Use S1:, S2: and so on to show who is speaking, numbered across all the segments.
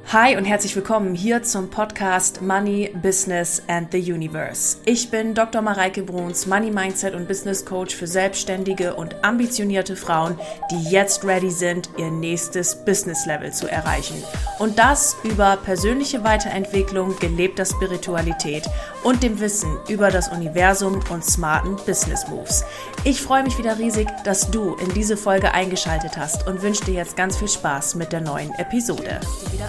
S1: Hi und herzlich willkommen hier zum Podcast Money, Business and the Universe. Ich bin Dr. Mareike Bruns, Money Mindset und Business Coach für selbstständige und ambitionierte Frauen, die jetzt ready sind, ihr nächstes Business Level zu erreichen. Und das über persönliche Weiterentwicklung, gelebter Spiritualität und dem Wissen über das Universum und smarten Business Moves. Ich freue mich wieder riesig, dass du in diese Folge eingeschaltet hast und wünsche dir jetzt ganz viel Spaß mit der neuen Episode.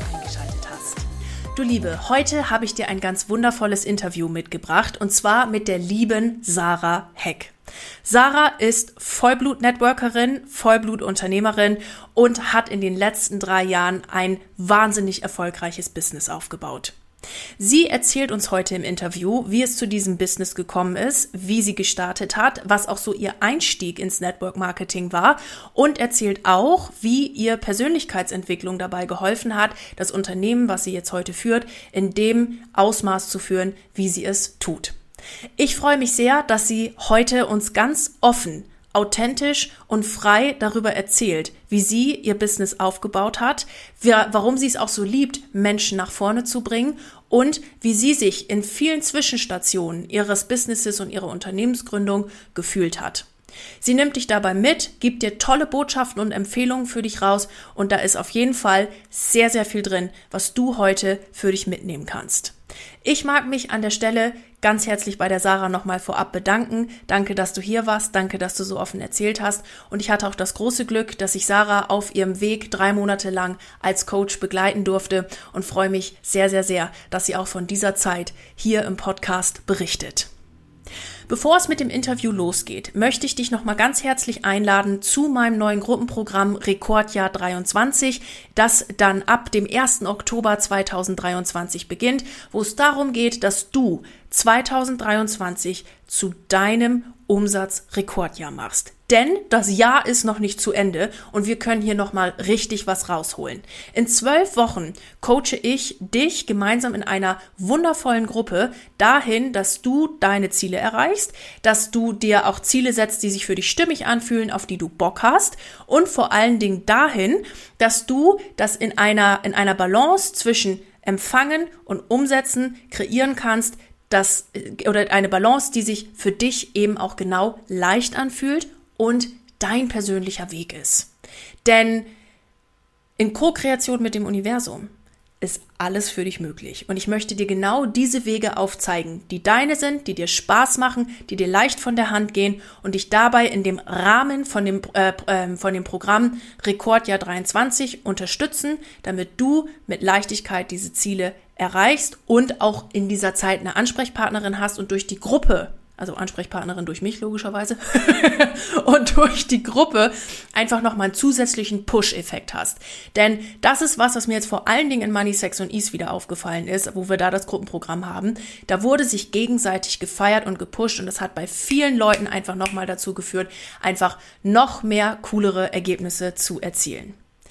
S1: Du Liebe, heute habe ich dir ein ganz wundervolles Interview mitgebracht und zwar mit der lieben Sarah Heck. Sarah ist Vollblut-Networkerin, Vollblut-Unternehmerin und hat in den letzten 3 Jahren ein wahnsinnig erfolgreiches Business aufgebaut. Sie erzählt uns heute im Interview, wie es zu diesem Business gekommen ist, wie sie gestartet hat, was auch so ihr Einstieg ins Network Marketing war und erzählt auch, wie ihr Persönlichkeitsentwicklung dabei geholfen hat, das Unternehmen, was sie jetzt heute führt, in dem Ausmaß zu führen, wie sie es tut. Ich freue mich sehr, dass sie heute uns ganz offen, authentisch und frei darüber erzählt, wie sie ihr Business aufgebaut hat, warum sie es auch so liebt, Menschen nach vorne zu bringen und wie sie sich in vielen Zwischenstationen ihres Businesses und ihrer Unternehmensgründung gefühlt hat. Sie nimmt dich dabei mit, gibt dir tolle Botschaften und Empfehlungen für dich raus und da ist auf jeden Fall sehr, sehr viel drin, was du heute für dich mitnehmen kannst. Ich mag mich an der Stelle ganz herzlich bei der Sarah nochmal vorab bedanken. Danke, dass du hier warst. Danke, dass du so offen erzählt hast. Und ich hatte auch das große Glück, dass ich Sarah auf ihrem Weg 3 Monate lang als Coach begleiten durfte und freue mich sehr, sehr, sehr, dass sie auch von dieser Zeit hier im Podcast berichtet. Bevor es mit dem Interview losgeht, möchte ich dich nochmal ganz herzlich einladen zu meinem neuen Gruppenprogramm Rekordjahr 23, das dann ab dem 1. Oktober 2023 beginnt, wo es darum geht, dass du 2023 zu deinem Umsatzrekordjahr machst. Denn das Jahr ist noch nicht zu Ende und wir können hier nochmal richtig was rausholen. In 12 Wochen coache ich dich gemeinsam in einer wundervollen Gruppe dahin, dass du deine Ziele erreichst, dass du dir auch Ziele setzt, die sich für dich stimmig anfühlen, auf die du Bock hast und vor allen Dingen dahin, dass du das in einer Balance zwischen Empfangen und Umsetzen kreieren kannst, oder eine Balance, die sich für dich eben auch genau leicht anfühlt und dein persönlicher Weg ist. Denn in Co-Kreation mit dem Universum ist alles für dich möglich. Und ich möchte dir genau diese Wege aufzeigen, die deine sind, die dir Spaß machen, die dir leicht von der Hand gehen und dich dabei in dem Rahmen von dem Programm Rekordjahr 23 unterstützen, damit du mit Leichtigkeit diese Ziele erreichst und auch in dieser Zeit eine Ansprechpartnerin hast und durch die Gruppe, also Ansprechpartnerin durch mich logischerweise, und durch die Gruppe einfach nochmal einen zusätzlichen Push-Effekt hast. Denn das ist was mir jetzt vor allen Dingen in Money, Sex und Ease wieder aufgefallen ist, wo wir da das Gruppenprogramm haben. Da wurde sich gegenseitig gefeiert und gepusht und das hat bei vielen Leuten einfach nochmal dazu geführt, einfach noch mehr coolere Ergebnisse zu erzielen.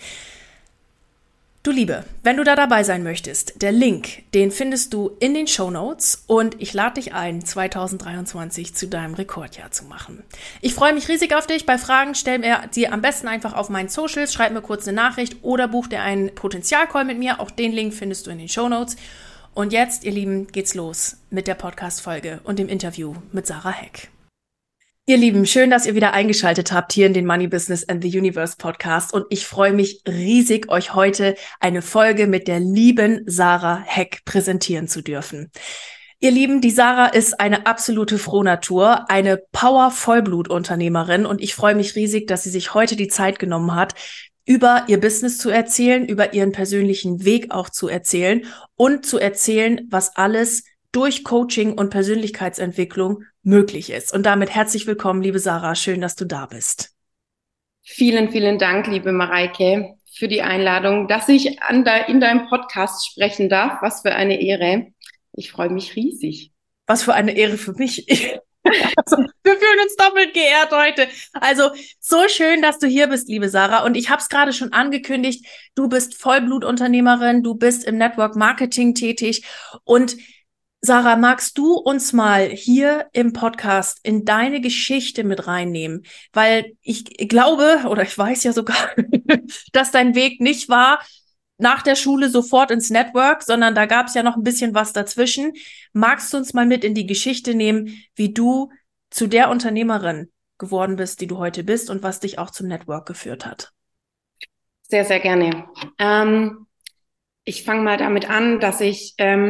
S1: Du Liebe, wenn du da dabei sein möchtest, der Link, den findest du in den Shownotes und ich lade dich ein, 2023 zu deinem Rekordjahr zu machen. Ich freue mich riesig auf dich. Bei Fragen stell mir die am besten einfach auf meinen Socials, schreib mir kurz eine Nachricht oder buch dir einen Potenzialcall mit mir. Auch den Link findest du in den Shownotes. Und jetzt, ihr Lieben, geht's los mit der Podcast-Folge und dem Interview mit Sarah Heck. Ihr Lieben, schön, dass ihr wieder eingeschaltet habt hier in den Money, Business and the Universe Podcast und ich freue mich riesig, euch heute eine Folge mit der lieben Sarah Heck präsentieren zu dürfen. Ihr Lieben, die Sarah ist eine absolute Frohnatur, eine Power-Vollblut-Unternehmerin und ich freue mich riesig, dass sie sich heute die Zeit genommen hat, über ihr Business zu erzählen, über ihren persönlichen Weg auch zu erzählen und zu erzählen, was alles durch Coaching und Persönlichkeitsentwicklung möglich ist. Und damit herzlich willkommen, liebe Sarah. Schön, dass du da bist.
S2: Vielen, vielen Dank, liebe Mareike, für die Einladung, dass ich in deinem Podcast sprechen darf. Was für eine Ehre. Ich freue mich riesig.
S1: Was für eine Ehre für mich. Also, wir fühlen uns doppelt geehrt heute. Also so schön, dass du hier bist, liebe Sarah. Und ich habe es gerade schon angekündigt, du bist Vollblutunternehmerin, du bist im Network Marketing tätig und Sarah, magst du uns mal hier im Podcast in deine Geschichte mit reinnehmen? Weil ich glaube, oder ich weiß ja sogar, dass dein Weg nicht war, nach der Schule sofort ins Network, sondern da gab es ja noch ein bisschen was dazwischen. Magst du uns mal mit in die Geschichte nehmen, wie du zu der Unternehmerin geworden bist, die du heute bist und was dich auch zum Network geführt hat?
S2: Sehr, sehr gerne. Ich fange mal damit an, dass ich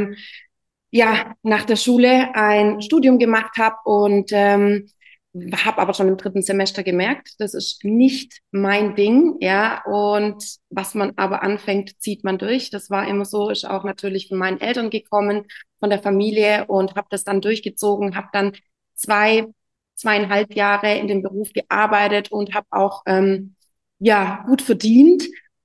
S2: ja nach der Schule ein Studium gemacht habe und habe aber schon im dritten Semester gemerkt, das ist nicht mein Ding, ja. Und was man aber anfängt, zieht man durch. Das war immer so, ist auch natürlich von meinen Eltern gekommen, von der Familie und habe das dann durchgezogen, habe dann zweieinhalb Jahre in dem Beruf gearbeitet und habe auch ja gut verdient,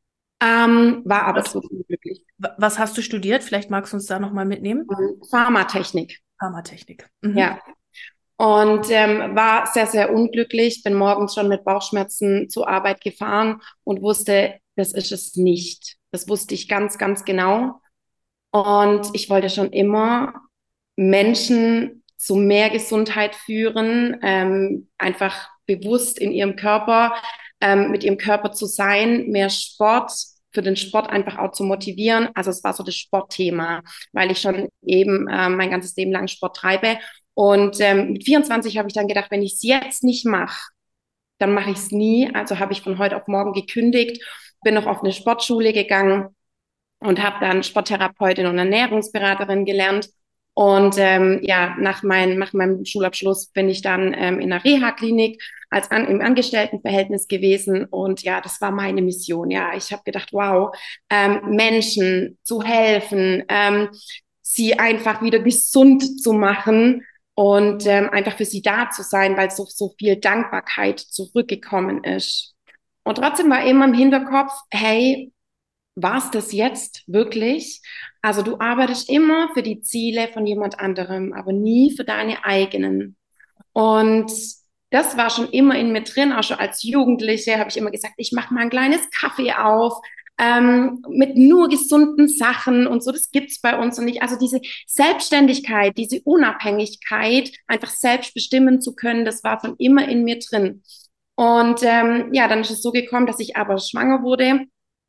S2: war aber
S1: Was,
S2: total unglücklich.
S1: was hast du studiert? Vielleicht magst du uns da noch mal mitnehmen.
S2: Pharmatechnik,
S1: Pharmatechnik. Mhm.
S2: ja. Und war sehr, sehr unglücklich, bin morgens schon mit Bauchschmerzen zur Arbeit gefahren und wusste, das ist es nicht. Das wusste ich ganz, ganz genau. Und ich wollte schon immer Menschen zu mehr Gesundheit führen, einfach bewusst in ihrem Körper, mit ihrem Körper zu sein, mehr Sport, für den Sport einfach auch zu motivieren. Also es war so das Sportthema, weil ich schon eben mein ganzes Leben lang Sport treibe. Und mit 24 habe ich dann gedacht, wenn ich es jetzt nicht mache, dann mache ich es nie. Also habe ich von heute auf morgen gekündigt, bin noch auf eine Sportschule gegangen und habe dann Sporttherapeutin und Ernährungsberaterin gelernt. Und ja, nach meinem Schulabschluss bin ich dann in einer Reha-Klinik im Angestelltenverhältnis gewesen. Und ja, das war meine Mission. Ja, ich habe gedacht, wow, Menschen zu helfen, sie einfach wieder gesund zu machen und einfach für sie da zu sein, weil so viel Dankbarkeit zurückgekommen ist. Und trotzdem war immer im Hinterkopf, hey, war es das jetzt wirklich? Also du arbeitest immer für die Ziele von jemand anderem, aber nie für deine eigenen. Und das war schon immer in mir drin, auch schon als Jugendliche habe ich immer gesagt, ich mache mal ein kleines Kaffee auf, mit nur gesunden Sachen und so, das gibt's bei uns und nicht. Also diese Selbstständigkeit, diese Unabhängigkeit, einfach selbst bestimmen zu können, das war schon immer in mir drin. Und ja, dann ist es so gekommen, dass ich aber schwanger wurde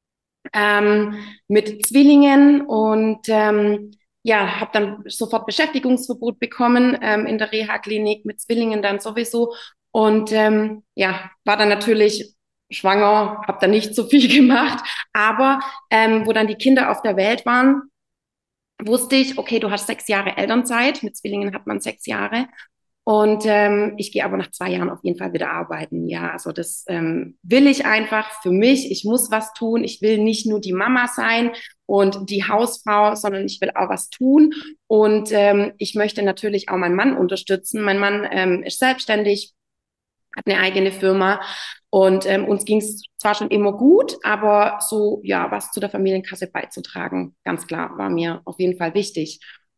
S2: mit Zwillingen und ja, habe dann sofort Beschäftigungsverbot bekommen in der Reha-Klinik mit Zwillingen dann sowieso und ja, war dann natürlich schwanger, habe dann nicht so viel gemacht, aber wo dann die Kinder auf der Welt waren, wusste ich, okay, du hast 6 Jahre Elternzeit, mit Zwillingen hat man 6 Jahre und ich gehe aber nach 2 Jahren auf jeden Fall wieder arbeiten. Ja, also das will ich einfach für mich. Ich muss was tun. Ich will nicht nur die Mama sein und die Hausfrau, sondern ich will auch was tun. Und ich möchte natürlich auch meinen Mann unterstützen. Mein Mann ist selbstständig, hat eine eigene Firma. Und uns ging es zwar schon immer gut, aber so, ja, was zu der Familienkasse beizutragen, ganz klar, war mir auf jeden Fall wichtig.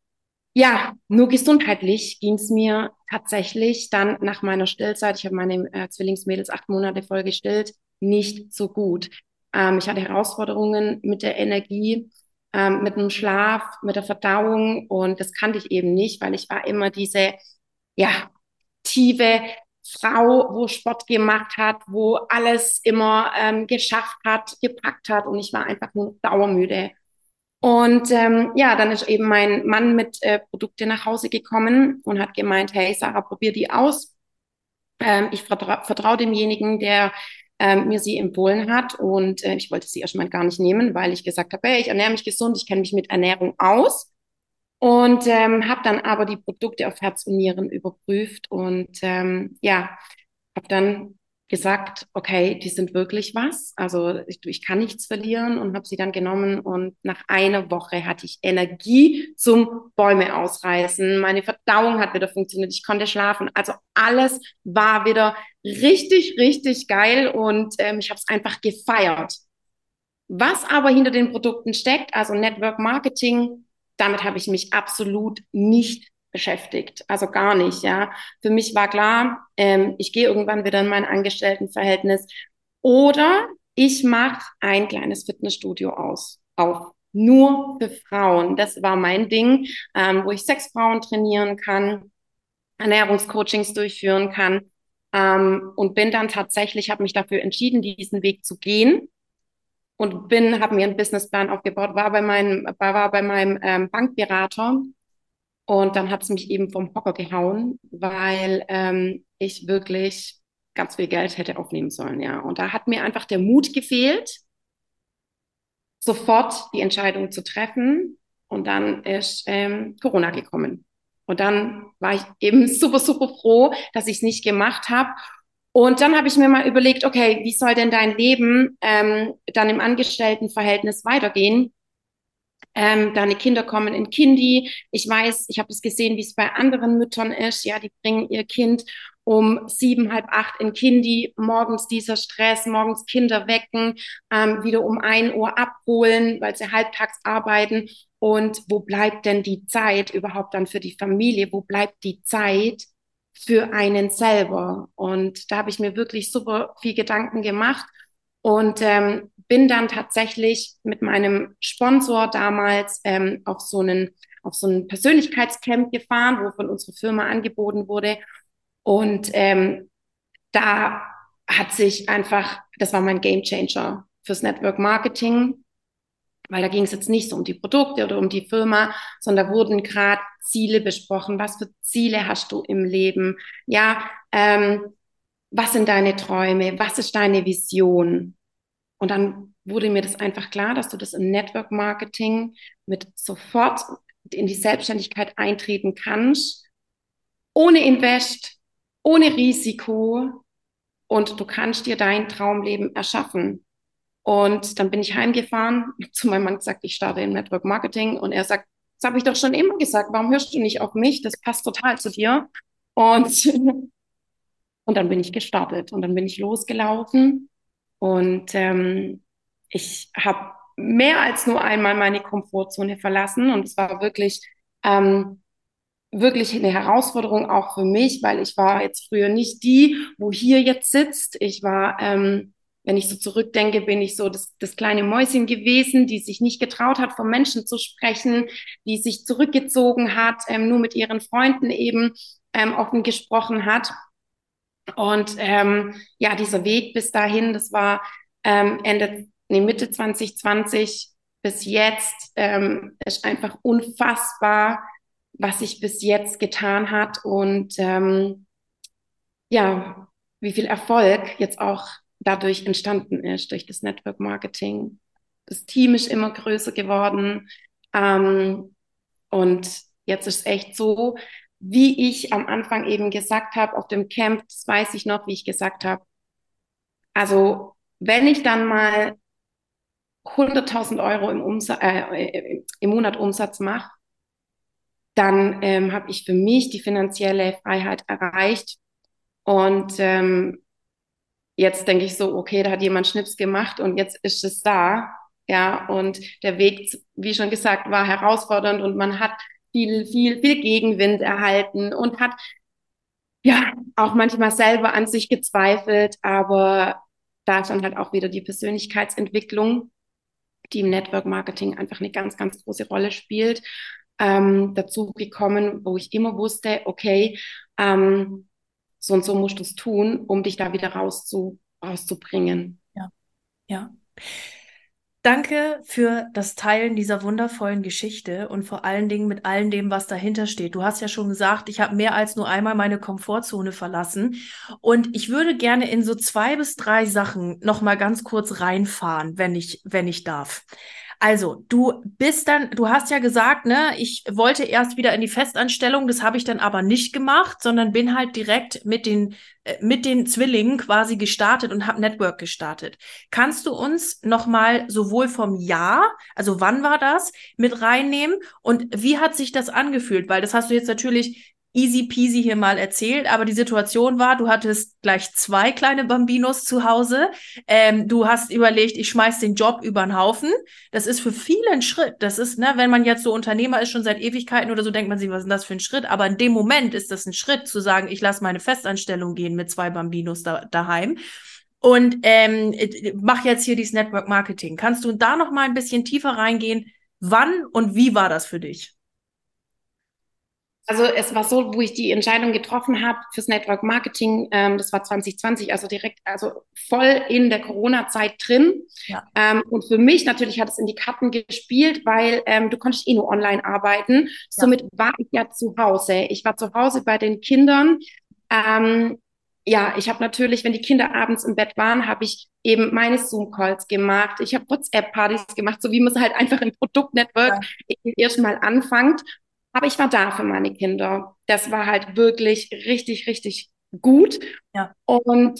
S2: Ja, nur gesundheitlich ging es mir tatsächlich dann nach meiner Stillzeit, ich habe meine Zwillingsmädels 8 Monate voll gestillt, nicht so gut. Ich hatte Herausforderungen mit der Energie, mit dem Schlaf, mit der Verdauung und das kannte ich eben nicht, weil ich war immer diese, ja, aktive Frau, wo Sport gemacht hat, wo alles immer geschafft hat, gepackt hat und ich war einfach nur dauermüde. Und ja, dann ist eben mein Mann mit Produkte nach Hause gekommen und hat gemeint, hey Sarah, probier die aus. Ich vertraue demjenigen, der mir sie empfohlen hat. Und ich wollte sie erstmal gar nicht nehmen, weil ich gesagt habe, hey, ich ernähre mich gesund, ich kenne mich mit Ernährung aus. Und habe dann aber die Produkte auf Herz und Nieren überprüft und ja, habe dann gesagt, okay, die sind wirklich was. Also ich kann nichts verlieren und habe sie dann genommen und nach einer Woche hatte ich Energie zum Bäume ausreißen. Meine Verdauung hat wieder funktioniert, ich konnte schlafen. Also alles war wieder richtig, richtig geil und ich habe es einfach gefeiert. Was aber hinter den Produkten steckt, also Network Marketing, damit habe ich mich absolut nicht beschäftigt. Also gar nicht, ja. Für mich war klar, ich gehe irgendwann wieder in mein Angestelltenverhältnis oder ich mache ein kleines Fitnessstudio auf. Nur für Frauen. Das war mein Ding, wo ich 6 Frauen trainieren kann, Ernährungscoachings durchführen kann. Und bin dann tatsächlich, habe mich dafür entschieden, diesen Weg zu gehen und habe mir einen Businessplan aufgebaut, war bei meinem Bankberater und dann hat es mich eben vom Hocker gehauen, weil ich wirklich ganz viel Geld hätte aufnehmen sollen, ja. Und da hat mir einfach der Mut gefehlt, sofort die Entscheidung zu treffen. Und dann ist Corona gekommen. Und dann war ich eben super, super froh, dass ich es nicht gemacht habe. Und dann habe ich mir mal überlegt, okay, wie soll denn dein Leben dann im Angestelltenverhältnis weitergehen? Deine Kinder kommen in Kindi. Ich weiß, ich habe es gesehen, wie es bei anderen Müttern ist. Ja, die bringen ihr Kind um 7, halb 8 in Kindi. Morgens dieser Stress, morgens Kinder wecken, wieder um 1 Uhr abholen, weil sie halbtags arbeiten. Und wo bleibt denn die Zeit überhaupt dann für die Familie? Wo bleibt die Zeit für einen selber? Und da habe ich mir wirklich super viel Gedanken gemacht und bin dann tatsächlich mit meinem Sponsor damals auf so einen Persönlichkeitscamp gefahren, wo von unserer Firma angeboten wurde. Und da hat sich einfach, das war mein Gamechanger fürs Network Marketing, weil da ging es jetzt nicht so um die Produkte oder um die Firma, sondern da wurden gerade Ziele besprochen. Was für Ziele hast du im Leben? Ja, was sind deine Träume? Was ist deine Vision? Und dann wurde mir das einfach klar, dass du das im Network Marketing mit sofort in die Selbstständigkeit eintreten kannst, ohne Invest, ohne Risiko und du kannst dir dein Traumleben erschaffen. Und dann bin ich heimgefahren, zu meinem Mann gesagt, ich starte im Network Marketing und er sagt, das habe ich doch schon immer gesagt, warum hörst du nicht auf mich? Das passt total zu dir. Und, und dann bin ich gestartet und dann bin ich losgelaufen und ich habe mehr als nur einmal meine Komfortzone verlassen und es war ähm, wirklich eine Herausforderung auch für mich, weil ich war jetzt früher nicht die, wo hier jetzt sitzt. Ich war, wenn ich so zurückdenke, bin ich so das kleine Mäuschen gewesen, die sich nicht getraut hat, vom Menschen zu sprechen, die sich zurückgezogen hat, nur mit ihren Freunden eben offen gesprochen hat. Und ja, dieser Weg bis dahin, das war Mitte 2020 bis jetzt, ist einfach unfassbar, was sich bis jetzt getan hat und ja, wie viel Erfolg jetzt auch dadurch entstanden ist, durch das Network Marketing. Das Team ist immer größer geworden ähm, und jetzt ist es echt so, wie ich am Anfang eben gesagt habe, auf dem Camp, das weiß ich noch, wie ich gesagt habe, also wenn ich dann mal 100.000 € im Monat Umsatz mache, dann habe ich für mich die finanzielle Freiheit erreicht. Und jetzt denke ich so, okay, da hat jemand Schnips gemacht und jetzt ist es da. Ja, und der Weg, wie schon gesagt, war herausfordernd und man hat viel Gegenwind erhalten und hat ja auch manchmal selber an sich gezweifelt, aber da ist dann halt auch wieder die Persönlichkeitsentwicklung, die im Network Marketing einfach eine ganz, ganz große Rolle spielt, dazu gekommen, wo ich immer wusste, okay, so und so musst du es tun, um dich da wieder rauszubringen.
S1: Ja, ja. Danke für das Teilen dieser wundervollen Geschichte und vor allen Dingen mit all dem, was dahinter steht. Du hast ja schon gesagt, ich habe mehr als nur einmal meine Komfortzone verlassen und ich würde gerne in so 2 bis 3 Sachen noch mal ganz kurz reinfahren, wenn ich darf. Also, du hast ja gesagt, ne, ich wollte erst wieder in die Festanstellung, das habe ich dann aber nicht gemacht, sondern bin halt direkt mit den Zwillingen quasi gestartet und habe Network gestartet. Kannst du uns nochmal sowohl vom Jahr, also wann war das, mit reinnehmen und wie hat sich das angefühlt? Weil das hast du jetzt natürlich easy peasy hier mal erzählt, aber die Situation war, du hattest gleich 2 kleine Bambinos zu Hause. Du hast überlegt, ich schmeiß den Job über den Haufen. Das ist für viele ein Schritt. Das ist, ne, wenn man jetzt so Unternehmer ist, schon seit Ewigkeiten oder so, denkt man sich, was ist denn das für ein Schritt? Aber in dem Moment ist das ein Schritt, zu sagen, ich lasse meine Festanstellung gehen mit 2 Bambinos daheim und mach jetzt hier dieses Network Marketing. Kannst du da noch mal ein bisschen tiefer reingehen? Wann und wie war das für dich?
S2: Also es war so, wo ich die Entscheidung getroffen habe fürs Network Marketing, das war 2020, also direkt, also voll in der Corona-Zeit drin.
S1: Ja,
S2: Und für mich natürlich hat es in die Karten gespielt, weil du konntest eh nur online arbeiten.
S1: ja,
S2: Somit war ich ja zu Hause. Ich war zu Hause bei den Kindern. Ähm, ja, ich habe natürlich, wenn die Kinder abends im Bett waren, habe ich eben meine Zoom-Calls gemacht. Ich habe WhatsApp-Partys gemacht, so wie man es halt einfach im Produktnetwork
S1: ja,
S2: erstmal anfängt. Aber ich war da für meine Kinder. Das war halt wirklich richtig, richtig gut.
S1: ja,
S2: Und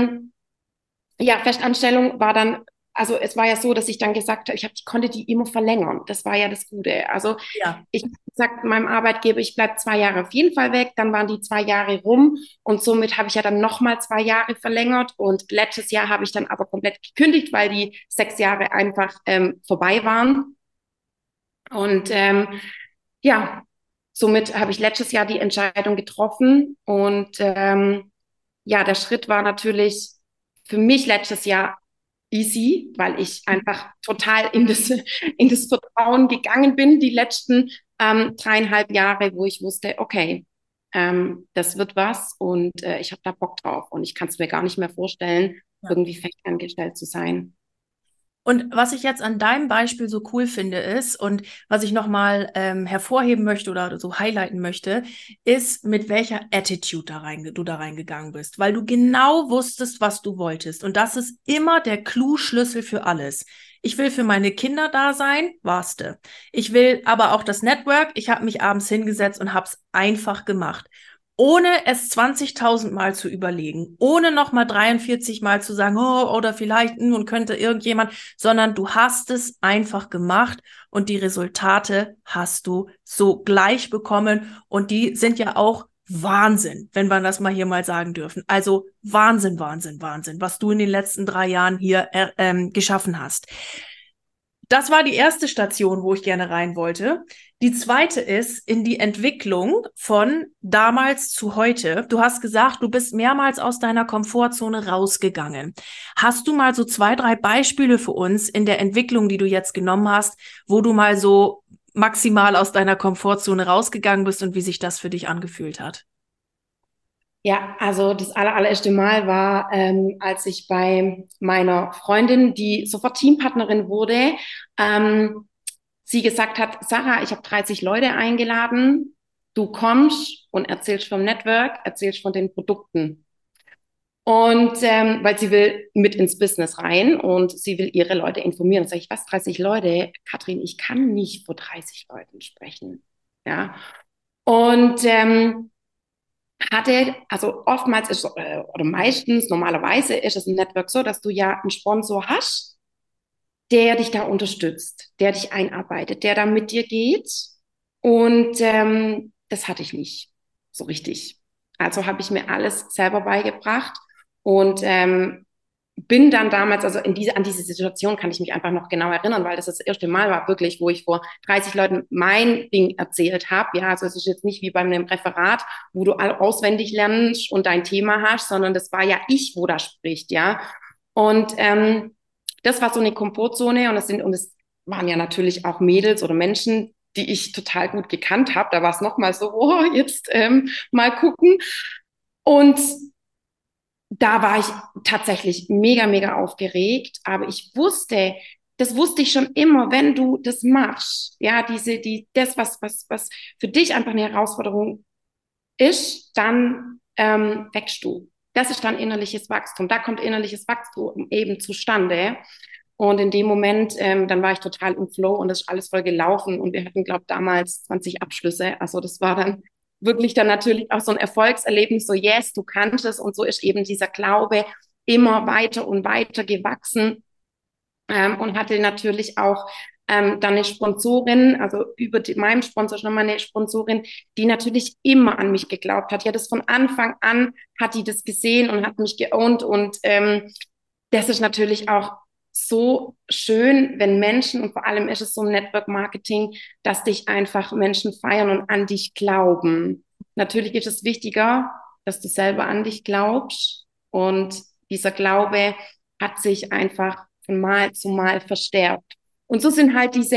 S2: ja, Festanstellung war dann, also es war ja so, dass ich dann gesagt habe, ich konnte die immer verlängern. Das war ja das Gute. Also
S1: ja.
S2: ich habe gesagt meinem Arbeitgeber, ich bleibe 2 Jahre auf jeden Fall weg. Dann waren die 2 Jahre rum und somit habe ich ja dann nochmal 2 Jahre verlängert. Und letztes Jahr habe ich dann aber komplett gekündigt, weil die 6 Jahre einfach vorbei waren. Und ja, somit habe ich letztes Jahr die Entscheidung getroffen und ja, der Schritt war natürlich für mich letztes Jahr easy, weil ich einfach total in das Vertrauen gegangen bin, die letzten 3,5 Jahre, wo ich wusste, okay, das wird was und ich habe da Bock drauf und ich kann es mir gar nicht mehr vorstellen,
S1: Ja.
S2: irgendwie festangestellt zu sein.
S1: Und was ich jetzt an deinem Beispiel so cool finde ist und was ich nochmal hervorheben möchte oder so highlighten möchte, ist, mit welcher Attitude du da reingegangen bist, weil du genau wusstest, was du wolltest. Und das ist immer der Clou-Schlüssel für alles. Ich will für meine Kinder da sein, warste. Ich will aber auch das Network. Ich habe mich abends hingesetzt und habe es einfach gemacht, ohne es 20.000 Mal zu überlegen, ohne nochmal 43 Mal zu sagen, oh, oder vielleicht und könnte irgendjemand, sondern du hast es einfach gemacht und die Resultate hast du so gleich bekommen und die sind ja auch Wahnsinn, wenn wir das mal hier mal sagen dürfen. Also Wahnsinn, Wahnsinn, Wahnsinn, was du in den letzten 3 Jahren hier geschaffen hast. Das war die erste Station, wo ich gerne rein wollte. Die zweite ist in die Entwicklung von damals zu heute. Du hast gesagt, du bist mehrmals aus deiner Komfortzone rausgegangen. Hast du mal so 2, 3 Beispiele für uns in der Entwicklung, die du jetzt genommen hast, wo du mal so maximal aus deiner Komfortzone rausgegangen bist und wie sich das für dich angefühlt hat?
S2: Ja, also das allererste Mal war, als ich bei meiner Freundin, die sofort Teampartnerin wurde, ähm, sie gesagt hat, Sarah, ich habe 30 Leute eingeladen, du kommst und erzählst vom Network, erzählst von den Produkten. Und weil sie will mit ins Business rein und sie will ihre Leute informieren. Sag ich, was, 30 Leute? Katrin, ich kann nicht vor 30 Leuten sprechen. Ja. Und also oftmals ist, oder meistens, normalerweise ist es im Network so, dass du ja einen Sponsor hast, der dich da unterstützt, der dich einarbeitet, der da mit dir geht. Und das hatte ich nicht so richtig. Also habe ich mir alles selber beigebracht und bin dann damals, also an diese Situation kann ich mich einfach noch genau erinnern, weil das erste Mal war wirklich, wo ich vor 30 Leuten mein Ding erzählt habe. Ja, also es ist jetzt nicht wie bei einem Referat, wo du all auswendig lernst und dein Thema hast, sondern das war ja ich, wo da spricht, ja. Und das war so eine Komfortzone und es waren ja natürlich auch Mädels oder Menschen, die ich total gut gekannt habe. Da war es nochmal so, oh, jetzt mal gucken. Und da war ich tatsächlich mega, mega aufgeregt, aber das wusste ich schon immer, wenn du das machst, ja, das, was für dich einfach eine Herausforderung ist, dann wächst du. Das ist dann innerliches Wachstum. Da kommt innerliches Wachstum eben zustande. Und in dem Moment, dann war ich total im Flow und das ist alles voll gelaufen. Und wir hatten, glaube ich, damals 20 Abschlüsse. Also das war dann wirklich dann natürlich auch so ein Erfolgserlebnis, so yes, du kannst es. Und so ist eben dieser Glaube immer weiter und weiter gewachsen und hatte natürlich auch dann eine Sponsorin, also meinem Sponsor schon mal eine Sponsorin, die natürlich immer an mich geglaubt hat. Ja, das von Anfang an hat die das gesehen und hat mich geowned und das ist natürlich auch so schön, wenn Menschen, und vor allem ist es so im Network Marketing, dass dich einfach Menschen feiern und an dich glauben. Natürlich ist es wichtiger, dass du selber an dich glaubst und dieser Glaube hat sich einfach von Mal zu Mal verstärkt. Und so sind halt diese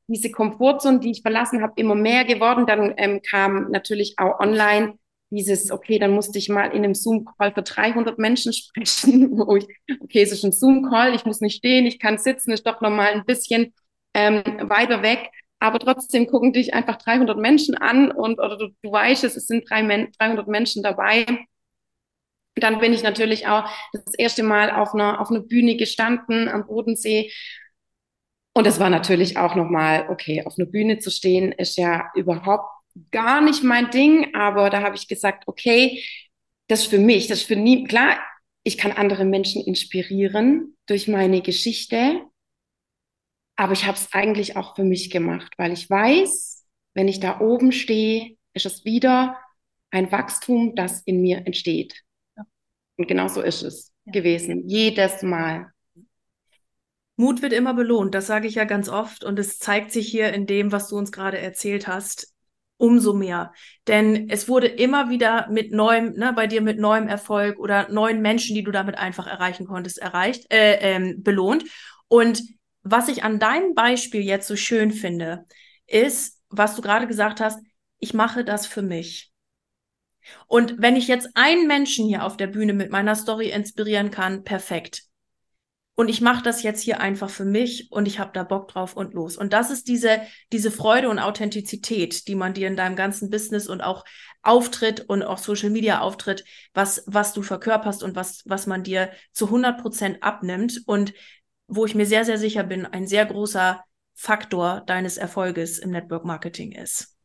S2: diese Komfortzone, die ich verlassen habe, immer mehr geworden. Dann kam natürlich auch online dieses, okay, dann musste ich mal in einem Zoom-Call für 300 Menschen sprechen, wo ich, okay, es ist ein Zoom-Call, ich muss nicht stehen, ich kann sitzen, ist doch nochmal ein bisschen weiter weg. Aber trotzdem gucken dich einfach 300 Menschen an und oder du weißt es sind 300 Menschen dabei. Dann bin ich natürlich auch das erste Mal auf einer Bühne gestanden am Bodensee. Und das war natürlich auch nochmal, okay, auf einer Bühne zu stehen, ist ja überhaupt gar nicht mein Ding. Aber da habe ich gesagt, okay, das ist für mich, das ist für nie, klar, ich kann andere Menschen inspirieren durch meine Geschichte. Aber ich habe es eigentlich auch für mich gemacht, weil ich weiß, wenn ich da oben stehe, ist es wieder ein Wachstum, das in mir entsteht. Und genau so ist es gewesen, jedes Mal.
S1: Mut wird immer belohnt, das sage ich ja ganz oft und es zeigt sich hier in dem, was du uns gerade erzählt hast, umso mehr. Denn es wurde immer wieder mit neuem, ne, bei dir mit neuem Erfolg oder neuen Menschen, die du damit einfach erreichen konntest, belohnt. Und was ich an deinem Beispiel jetzt so schön finde, ist, was du gerade gesagt hast, ich mache das für mich. Und wenn ich jetzt einen Menschen hier auf der Bühne mit meiner Story inspirieren kann, perfekt. Und ich mache das jetzt hier einfach für mich und ich habe da Bock drauf und los. Und das ist diese Freude und Authentizität, die man dir in deinem ganzen Business und auch Auftritt und auch Social Media Auftritt, was du verkörperst und was man dir zu 100% abnimmt und wo ich mir sehr, sehr sicher bin, ein sehr großer Faktor deines Erfolges im Network Marketing ist.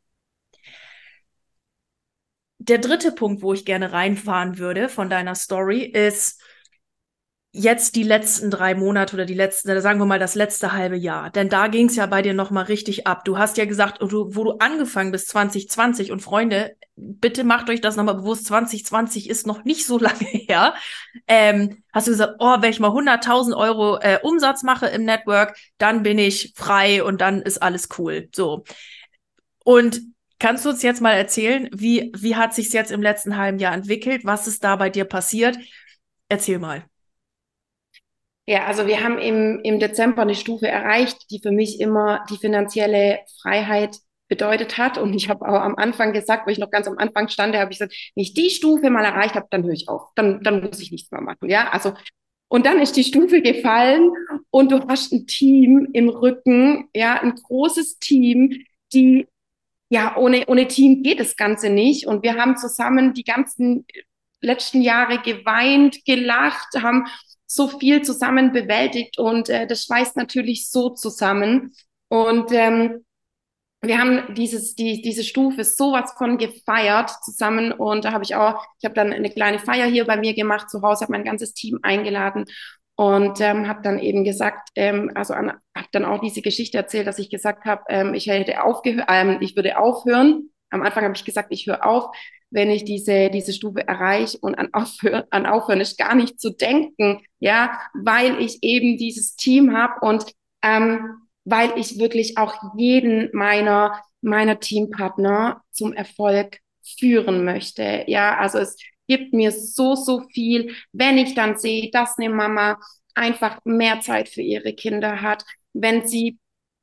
S1: Der dritte Punkt, wo ich gerne reinfahren würde von deiner Story, ist jetzt die letzten 3 Monate oder sagen wir mal das letzte halbe Jahr. Denn da ging es ja bei dir nochmal richtig ab. Du hast ja gesagt, wo du angefangen bist 2020 und Freunde, bitte macht euch das nochmal bewusst, 2020 ist noch nicht so lange her. Hast du gesagt, oh, wenn ich mal 100.000 Euro Umsatz mache im Network, dann bin ich frei und dann ist alles cool. So. Und kannst du uns jetzt mal erzählen, wie hat sich's jetzt im letzten halben Jahr entwickelt? Was ist da bei dir passiert? Erzähl mal.
S2: Ja, also wir haben im Dezember eine Stufe erreicht, die für mich immer die finanzielle Freiheit bedeutet hat. Und ich habe auch am Anfang gesagt, wo ich noch ganz am Anfang stand, habe ich gesagt, wenn ich die Stufe mal erreicht habe, dann höre ich auf. Dann muss ich nichts mehr machen. Ja, also, und dann ist die Stufe gefallen und du hast ein Team im Rücken, ja, ein großes Team, die, ja, ohne Team geht das Ganze nicht. Und wir haben zusammen die ganzen letzten Jahre geweint, gelacht, haben so viel zusammen bewältigt und das schweißt natürlich so zusammen. Und wir haben diese Stufe sowas von gefeiert zusammen und da habe ich habe dann eine kleine Feier hier bei mir gemacht zu Hause, habe mein ganzes Team eingeladen und habe dann eben gesagt, habe dann auch diese Geschichte erzählt, dass ich gesagt habe, ich würde aufhören. Am Anfang habe ich gesagt, ich höre auf, wenn ich diese Stufe erreiche und an Aufhören ist gar nicht zu denken, ja, weil ich eben dieses Team habe und weil ich wirklich auch jeden meiner Teampartner zum Erfolg führen möchte. Ja, also es gibt mir so viel, wenn ich dann sehe, dass eine Mama einfach mehr Zeit für ihre Kinder hat, wenn sie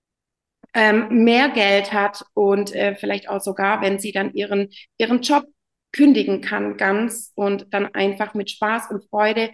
S2: mehr Geld hat und vielleicht auch sogar, wenn sie dann ihren Job kündigen kann ganz und dann einfach mit Spaß und Freude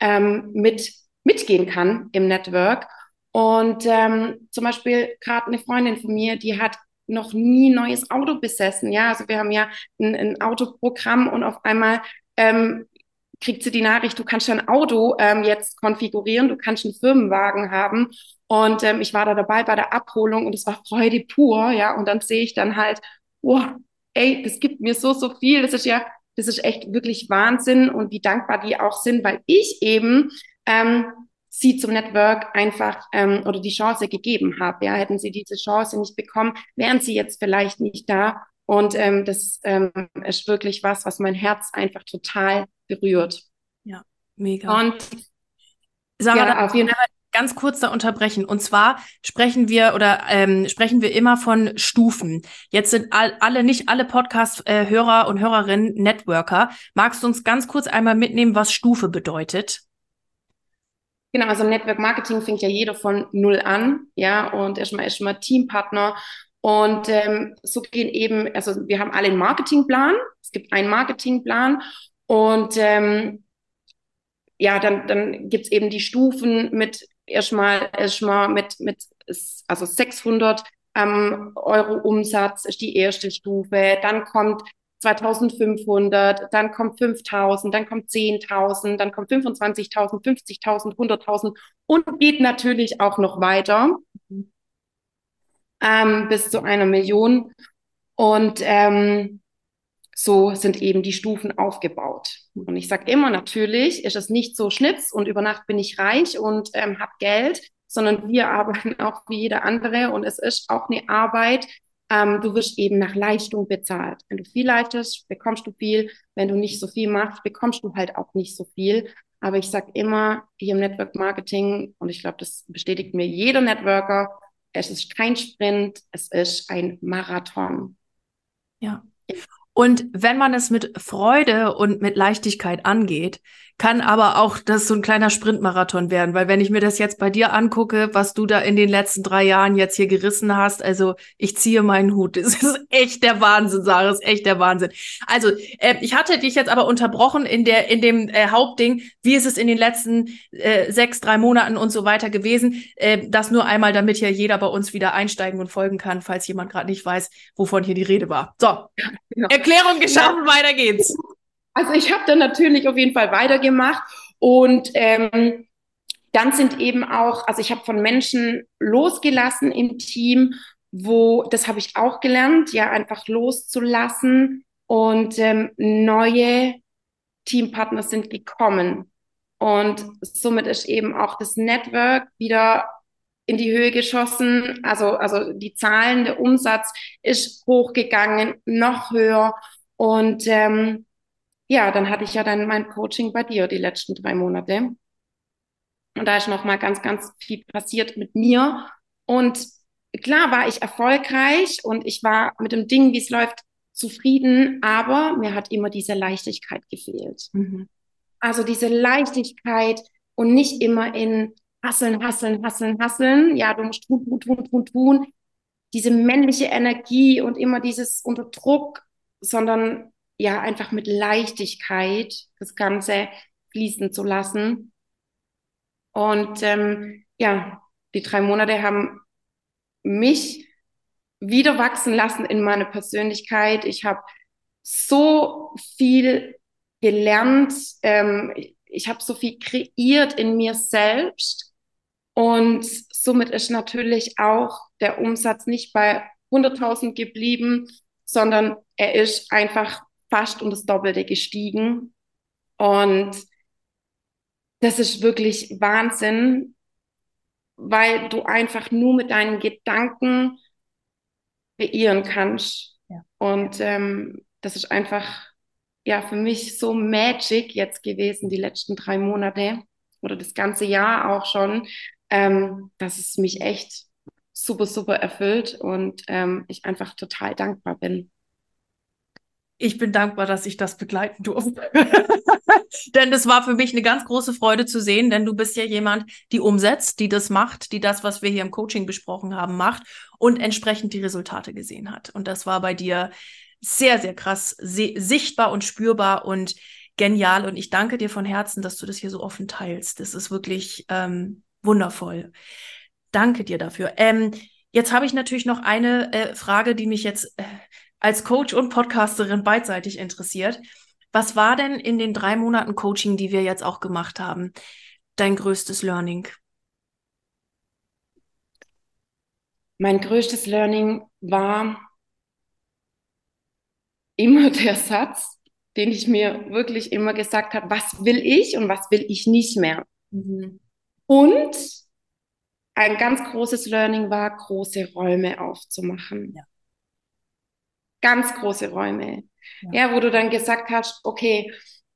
S2: mitgehen kann im Network. Und zum Beispiel gerade eine Freundin von mir, die hat noch nie ein neues Auto besessen. Ja, also wir haben ja ein Autoprogramm und auf einmal kriegt sie die Nachricht, du kannst dein Auto jetzt konfigurieren, du kannst einen Firmenwagen haben. Und ich war da dabei bei der Abholung und es war Freude pur, ja. Und dann sehe ich dann halt, wow, ey, das gibt mir so viel. Das ist echt wirklich Wahnsinn und wie dankbar die auch sind, weil ich eben sie zum Network einfach oder die Chance gegeben habe. Ja, hätten sie diese Chance nicht bekommen, wären sie jetzt vielleicht nicht da. Und das ist wirklich was mein Herz einfach total berührt.
S1: Ja, mega.
S2: Und
S1: Sarah, da
S2: ja, auf jeden Fall.
S1: ganz kurz da unterbrechen. Und zwar sprechen wir immer von Stufen. Jetzt sind nicht alle Podcast-Hörer und Hörerinnen Networker. Magst du uns ganz kurz einmal mitnehmen, was Stufe bedeutet?
S2: Genau, also im Network Marketing fängt ja jeder von null an, ja, und erstmal Teampartner. Und so gehen eben, also wir haben alle einen Marketingplan. Es gibt einen Marketingplan und ja, dann gibt's eben die Stufen mit erstmal mit also 600 Euro Umsatz ist die erste Stufe. Dann kommt 2500, dann kommt 5000, dann kommt 10.000, dann kommt 25.000, 50.000, 100.000 und geht natürlich auch noch weiter bis zu 1 Million. Und so sind eben die Stufen aufgebaut. Und ich sage immer, natürlich ist es nicht so Schnips und über Nacht bin ich reich und habe Geld, sondern wir arbeiten auch wie jeder andere und es ist auch eine Arbeit. Du wirst eben nach Leistung bezahlt. Wenn du viel leistest, bekommst du viel. Wenn du nicht so viel machst, bekommst du halt auch nicht so viel. Aber ich sage immer hier im Network Marketing, und ich glaube, das bestätigt mir jeder Networker, es ist kein Sprint, es ist ein Marathon.
S1: Ja. Und wenn man es mit Freude und mit Leichtigkeit angeht, kann aber auch das so ein kleiner Sprintmarathon werden, weil wenn ich mir das jetzt bei dir angucke, was du da in den letzten 3 Jahren jetzt hier gerissen hast, also ich ziehe meinen Hut. Das ist echt der Wahnsinn, Sarah, das ist echt der Wahnsinn. Also ich hatte dich jetzt aber unterbrochen in dem Hauptding. Wie ist es in den letzten 6, 3 Monaten und so weiter gewesen? Das nur einmal, damit hier jeder bei uns wieder einsteigen und folgen kann, falls jemand gerade nicht weiß, wovon hier die Rede war. So.
S2: Genau.
S1: Erklärung geschaffen, weiter geht's.
S2: Also ich habe dann natürlich auf jeden Fall weitergemacht und dann sind eben auch, also ich habe von Menschen losgelassen im Team, wo, das habe ich auch gelernt, ja, einfach loszulassen und neue Teampartner sind gekommen. Und somit ist eben auch das Network wieder in die Höhe geschossen. Also die Zahlen, der Umsatz ist hochgegangen, noch höher. Und ja, dann hatte ich ja dann mein Coaching bei dir die letzten 3 Monate. Und da ist noch mal ganz, ganz viel passiert mit mir. Und klar war ich erfolgreich und ich war mit dem Ding, wie es läuft, zufrieden, aber mir hat immer diese Leichtigkeit gefehlt.
S1: Mhm.
S2: Also diese Leichtigkeit und nicht immer in Hasseln, Hasseln, Hasseln, Hasseln. Ja, du musst tun, tun, tun, tun, tun. Diese männliche Energie und immer dieses unter Druck, sondern ja, einfach mit Leichtigkeit das Ganze fließen zu lassen. Und ja, die 3 Monate haben mich wieder wachsen lassen in meiner Persönlichkeit. Ich habe so viel gelernt. Ich habe so viel kreiert in mir selbst. Und somit ist natürlich auch der Umsatz nicht bei 100.000 geblieben, sondern er ist einfach fast um das Doppelte gestiegen. Und das ist wirklich Wahnsinn, weil du einfach nur mit deinen Gedanken kreieren kannst.
S1: Ja.
S2: Und das ist einfach ja für mich so Magic jetzt gewesen, die letzten 3 Monate oder das ganze Jahr auch schon, dass es mich echt super, super erfüllt und ich einfach total dankbar bin.
S1: Ich bin dankbar, dass ich das begleiten durfte. Denn das war für mich eine ganz große Freude zu sehen, denn du bist ja jemand, die umsetzt, die das macht, die das, was wir hier im Coaching besprochen haben, macht und entsprechend die Resultate gesehen hat. Und das war bei dir sehr, sehr krass sichtbar und spürbar und genial. Und ich danke dir von Herzen, dass du das hier so offen teilst. Das ist wirklich wundervoll. Danke dir dafür. Jetzt habe ich natürlich noch eine Frage, die mich jetzt als Coach und Podcasterin beidseitig interessiert. Was war denn in den 3 Monaten Coaching, die wir jetzt auch gemacht haben, dein größtes Learning?
S2: Mein größtes Learning war immer der Satz, den ich mir wirklich immer gesagt habe, was will ich und was will ich nicht mehr.
S1: Mhm.
S2: Und ein ganz großes Learning war, große Räume aufzumachen.
S1: Ja.
S2: Ganz große Räume.
S1: Ja.
S2: Ja, wo du dann gesagt hast, okay,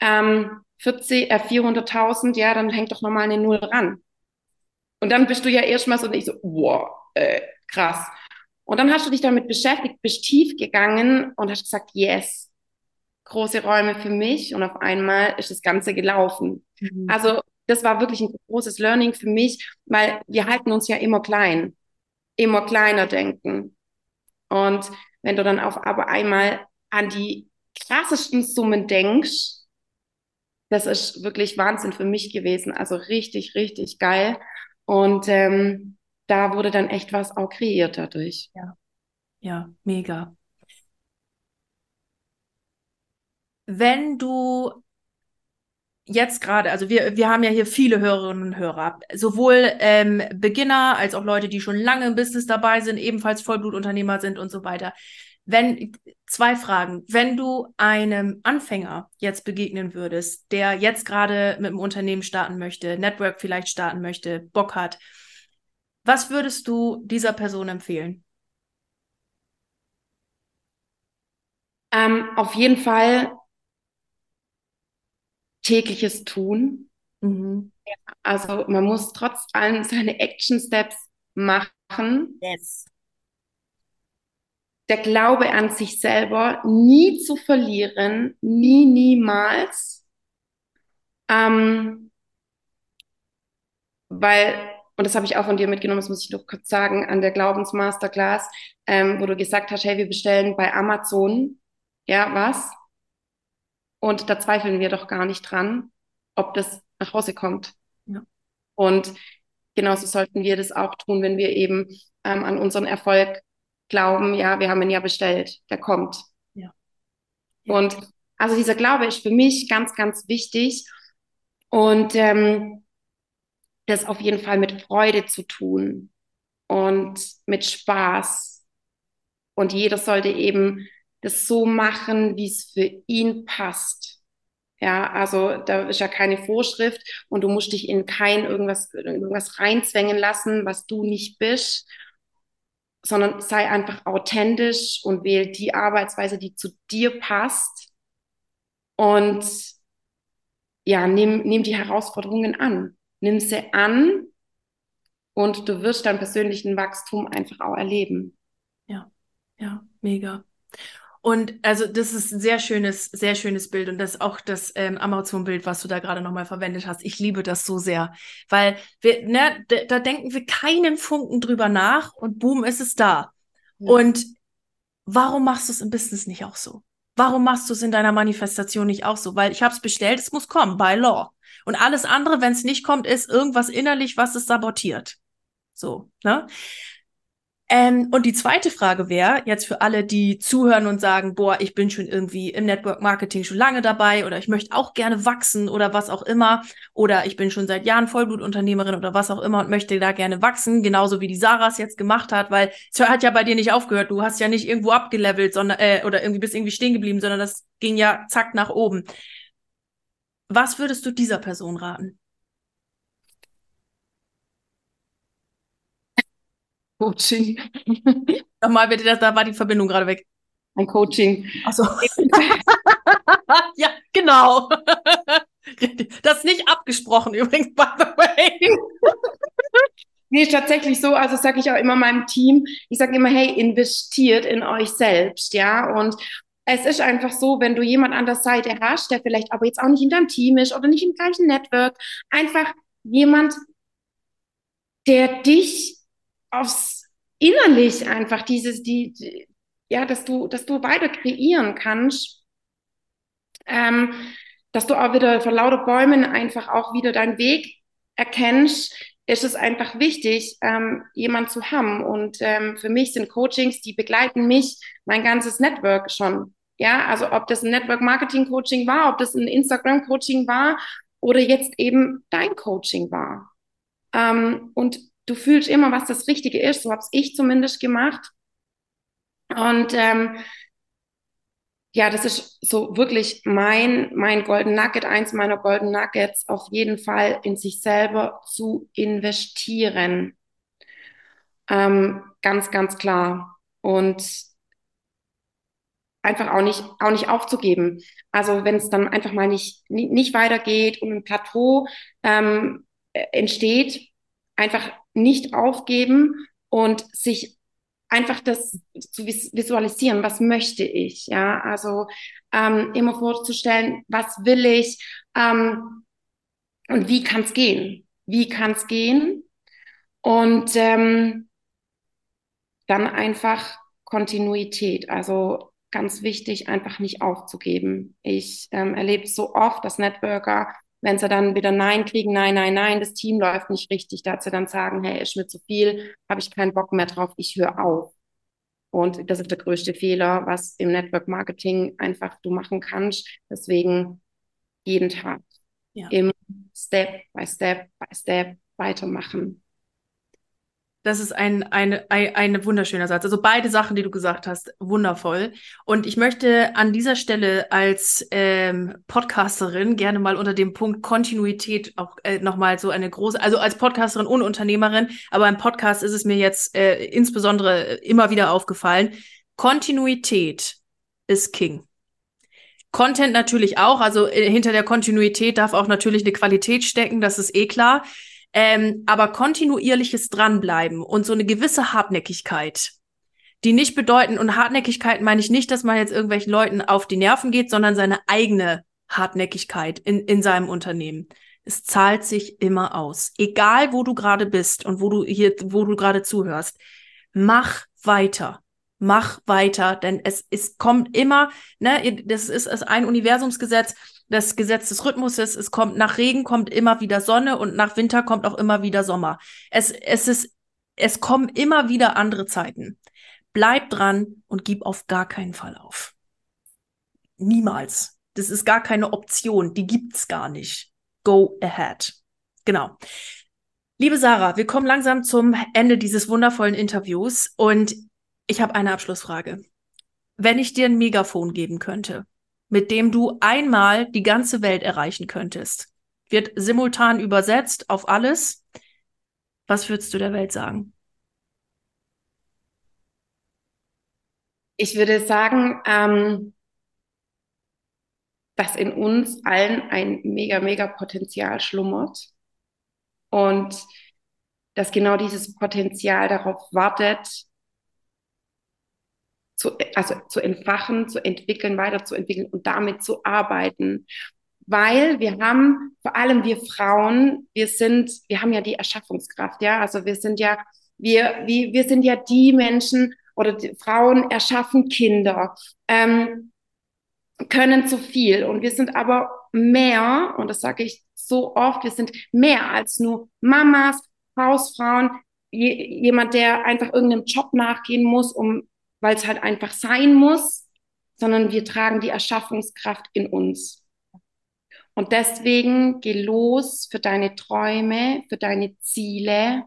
S2: 400.000, ja, dann hängt doch nochmal eine Null ran. Und dann bist du ja erstmal so nicht so, wow, krass. Und dann hast du dich damit beschäftigt, bist tief gegangen und hast gesagt, yes, große Räume für mich. Und auf einmal ist das Ganze gelaufen.
S1: Mhm.
S2: Also das war wirklich ein großes Learning für mich, weil wir halten uns ja immer klein, immer kleiner denken. Und wenn du dann auf aber einmal an die krassesten Summen denkst, das ist wirklich Wahnsinn für mich gewesen. Also richtig, richtig geil. Und da wurde dann echt was auch kreiert dadurch.
S1: Ja, ja, mega. Wenn du jetzt gerade, also wir haben ja hier viele Hörerinnen und Hörer, sowohl Beginner als auch Leute, die schon lange im Business dabei sind, ebenfalls Vollblutunternehmer sind und so weiter. Zwei Fragen. Wenn du einem Anfänger jetzt begegnen würdest, der jetzt gerade mit dem Unternehmen starten möchte, Network vielleicht starten möchte, Bock hat, was würdest du dieser Person empfehlen?
S2: Auf jeden Fall tägliches Tun.
S1: Mhm.
S2: Also man muss trotz allem seine Action Steps machen.
S1: Yes.
S2: Der Glaube an sich selber nie zu verlieren, nie, niemals. Ähm, weil, und das habe ich auch von dir mitgenommen, das muss ich noch kurz sagen, an der Glaubensmasterclass, wo du gesagt hast, hey, wir bestellen bei Amazon, ja, was? Und da zweifeln wir doch gar nicht dran, ob das nach Hause kommt.
S1: Ja,
S2: Und genauso sollten wir das auch tun, wenn wir eben an unseren Erfolg glauben, ja, wir haben ihn ja bestellt, der kommt.
S1: ja, ja,
S2: Und also dieser Glaube ist für mich ganz, ganz wichtig und das auf jeden Fall mit Freude zu tun und mit Spaß. Und jeder sollte eben das so machen, wie es für ihn passt. Ja, also da ist ja keine Vorschrift und du musst dich in kein irgendwas reinzwängen lassen, was du nicht bist, sondern sei einfach authentisch und wähl die Arbeitsweise, die zu dir passt und ja, nimm die Herausforderungen an. Nimm sie an und du wirst dein persönlichen Wachstum einfach auch erleben.
S1: ja, ja, mega. Und also das ist ein sehr schönes Bild und das ist auch das Amazon-Bild, was du da gerade nochmal verwendet hast. Ich liebe das so sehr, weil da denken wir keinen Funken drüber nach und boom, ist es da.
S2: Ja.
S1: Und warum machst du es im Business nicht auch so? Warum machst du es in deiner Manifestation nicht auch so? Weil ich habe es bestellt, es muss kommen, by law. Und alles andere, wenn es nicht kommt, ist irgendwas innerlich, was es sabotiert. So, ne? Und die zweite Frage wäre jetzt für alle, die zuhören und sagen, boah, ich bin schon irgendwie im Network Marketing schon lange dabei oder ich möchte auch gerne wachsen oder was auch immer oder ich bin schon seit Jahren Vollblutunternehmerin oder was auch immer und möchte da gerne wachsen, genauso wie die Sarah es jetzt gemacht hat, weil es hat ja bei dir nicht aufgehört, du hast ja nicht irgendwo abgelevelt, sondern oder irgendwie bist irgendwie stehen geblieben, sondern das ging ja zack nach oben. Was würdest du dieser Person raten?
S2: Coaching.
S1: Nochmal bitte, da war die Verbindung gerade weg.
S2: Ein Coaching.
S1: Ach so. Ja, genau. Das ist nicht abgesprochen übrigens, by the way.
S2: Nee, ist tatsächlich so, also sage ich auch immer meinem Team, ich sage immer, hey, investiert in euch selbst, ja, und es ist einfach so, wenn du jemand an der Seite hast, der vielleicht aber jetzt auch nicht in deinem Team ist oder nicht im gleichen Network, einfach jemand, der dich aufs innerlich einfach ja, dass du weiter kreieren kannst, ähm, dass du auch wieder vor lauter Bäumen einfach auch wieder deinen Weg erkennst, ist es einfach wichtig, jemand zu haben. Und für mich sind Coachings, die begleiten mich mein ganzes Network schon. Ja, also ob das ein Network Marketing Coaching war, ob das ein Instagram Coaching war oder jetzt eben dein Coaching war. Und du fühlst immer, was das Richtige ist. So habe ich zumindest gemacht. Und ja, das ist so wirklich mein Golden Nugget, eins meiner Golden Nuggets, auf jeden Fall in sich selber zu investieren. Ganz, ganz klar. Und einfach auch nicht aufzugeben. Also wenn es dann einfach mal nicht weitergeht und ein Plateau entsteht, einfach nicht aufgeben und sich einfach das zu visualisieren, was möchte ich, ja, also immer vorzustellen, was will ich, Und wie kann es gehen? Wie kann es gehen? Und dann einfach Kontinuität. Also ganz wichtig, einfach nicht aufzugeben. Ich erlebe so oft, dass Networker, wenn sie dann wieder Nein kriegen, nein, nein, nein, das Team läuft nicht richtig, dass sie dann sagen, hey, ist mir zu viel, habe ich keinen Bock mehr drauf, ich höre auf. Und das ist der größte Fehler, was im Network Marketing einfach du machen kannst. Deswegen jeden Tag
S1: Ja.
S2: immer Step by Step by Step weitermachen.
S1: Das ist ein wunderschöner Satz. Also beide Sachen, die du gesagt hast, wundervoll. Und ich möchte an dieser Stelle als Podcasterin gerne mal unter dem Punkt Kontinuität auch nochmal so eine große, also als Podcasterin und Unternehmerin, aber im Podcast ist es mir jetzt insbesondere immer wieder aufgefallen. Kontinuität ist King. Content natürlich auch, also hinter der Kontinuität darf auch natürlich eine Qualität stecken, das ist eh klar. Aber kontinuierliches Dranbleiben und so eine gewisse Hartnäckigkeit, die nicht bedeuten, und Hartnäckigkeit meine ich nicht, dass man jetzt irgendwelchen Leuten auf die Nerven geht, sondern seine eigene Hartnäckigkeit in seinem Unternehmen. Es zahlt sich immer aus. Egal, wo du gerade bist und wo du gerade zuhörst. Mach weiter. Mach weiter, denn es kommt immer, ne, das ist ein Universumsgesetz, das Gesetz des Rhythmuses, es kommt nach Regen kommt immer wieder Sonne und nach Winter kommt auch immer wieder Sommer. Es kommen immer wieder andere Zeiten. Bleib dran und gib auf gar keinen Fall auf. Niemals. Das ist gar keine Option, die gibt's gar nicht. Go ahead. Genau. Liebe Sarah, wir kommen langsam zum Ende dieses wundervollen Interviews und ich habe eine Abschlussfrage. Wenn ich dir ein Megafon geben könnte, mit dem du einmal die ganze Welt erreichen könntest, wird simultan übersetzt auf alles, was würdest du der Welt sagen?
S2: Ich würde sagen, dass in uns allen ein mega, mega Potenzial schlummert und dass genau dieses Potenzial darauf wartet, zu entfachen, zu entwickeln, weiterzuentwickeln und damit zu arbeiten. Weil wir haben, vor allem wir Frauen, wir haben ja die Erschaffungskraft, ja, also wir sind ja die Menschen oder die Frauen erschaffen Kinder, können zu viel und wir sind aber mehr, und das sage ich so oft, wir sind mehr als nur Mamas, Hausfrauen, jemand, der einfach irgendeinem Job nachgehen muss, weil es halt einfach sein muss, sondern wir tragen die Erschaffungskraft in uns. Und deswegen geh los für deine Träume, für deine Ziele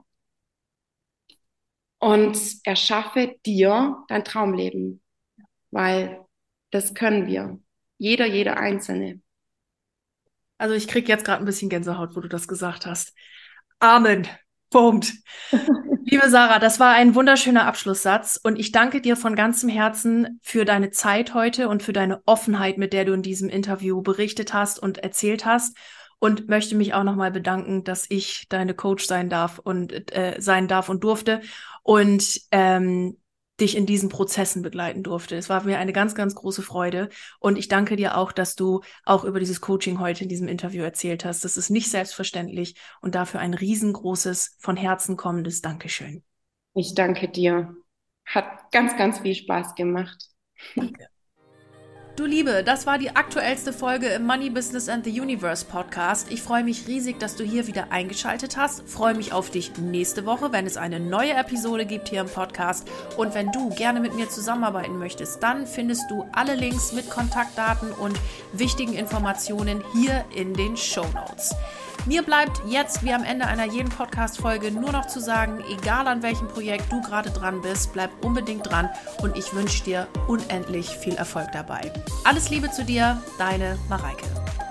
S2: und erschaffe dir dein Traumleben, weil das können wir. Jeder Einzelne.
S1: Also ich krieg jetzt gerade ein bisschen Gänsehaut, wo du das gesagt hast. Amen. Punkt. Liebe Sarah, das war ein wunderschöner Abschlusssatz und ich danke dir von ganzem Herzen für deine Zeit heute und für deine Offenheit, mit der du in diesem Interview berichtet hast und erzählt hast und möchte mich auch nochmal bedanken, dass ich deine Coach sein darf und durfte und dich in diesen Prozessen begleiten durfte. Es war mir eine ganz, ganz große Freude und ich danke dir auch, dass du auch über dieses Coaching heute in diesem Interview erzählt hast. Das ist nicht selbstverständlich und dafür ein riesengroßes, von Herzen kommendes Dankeschön.
S2: Ich danke dir. Hat ganz, ganz viel Spaß gemacht.
S1: Danke. Du Liebe, das war die aktuellste Folge im Money Business and the Universe Podcast. Ich freue mich riesig, dass du hier wieder eingeschaltet hast. Freue mich auf dich nächste Woche, wenn es eine neue Episode gibt hier im Podcast. Und wenn du gerne mit mir zusammenarbeiten möchtest, dann findest du alle Links mit Kontaktdaten und wichtigen Informationen hier in den Shownotes. Mir bleibt jetzt, wie am Ende einer jeden Podcast-Folge, nur noch zu sagen, egal an welchem Projekt du gerade dran bist, bleib unbedingt dran und ich wünsche dir unendlich viel Erfolg dabei. Alles Liebe zu dir, deine Mareike.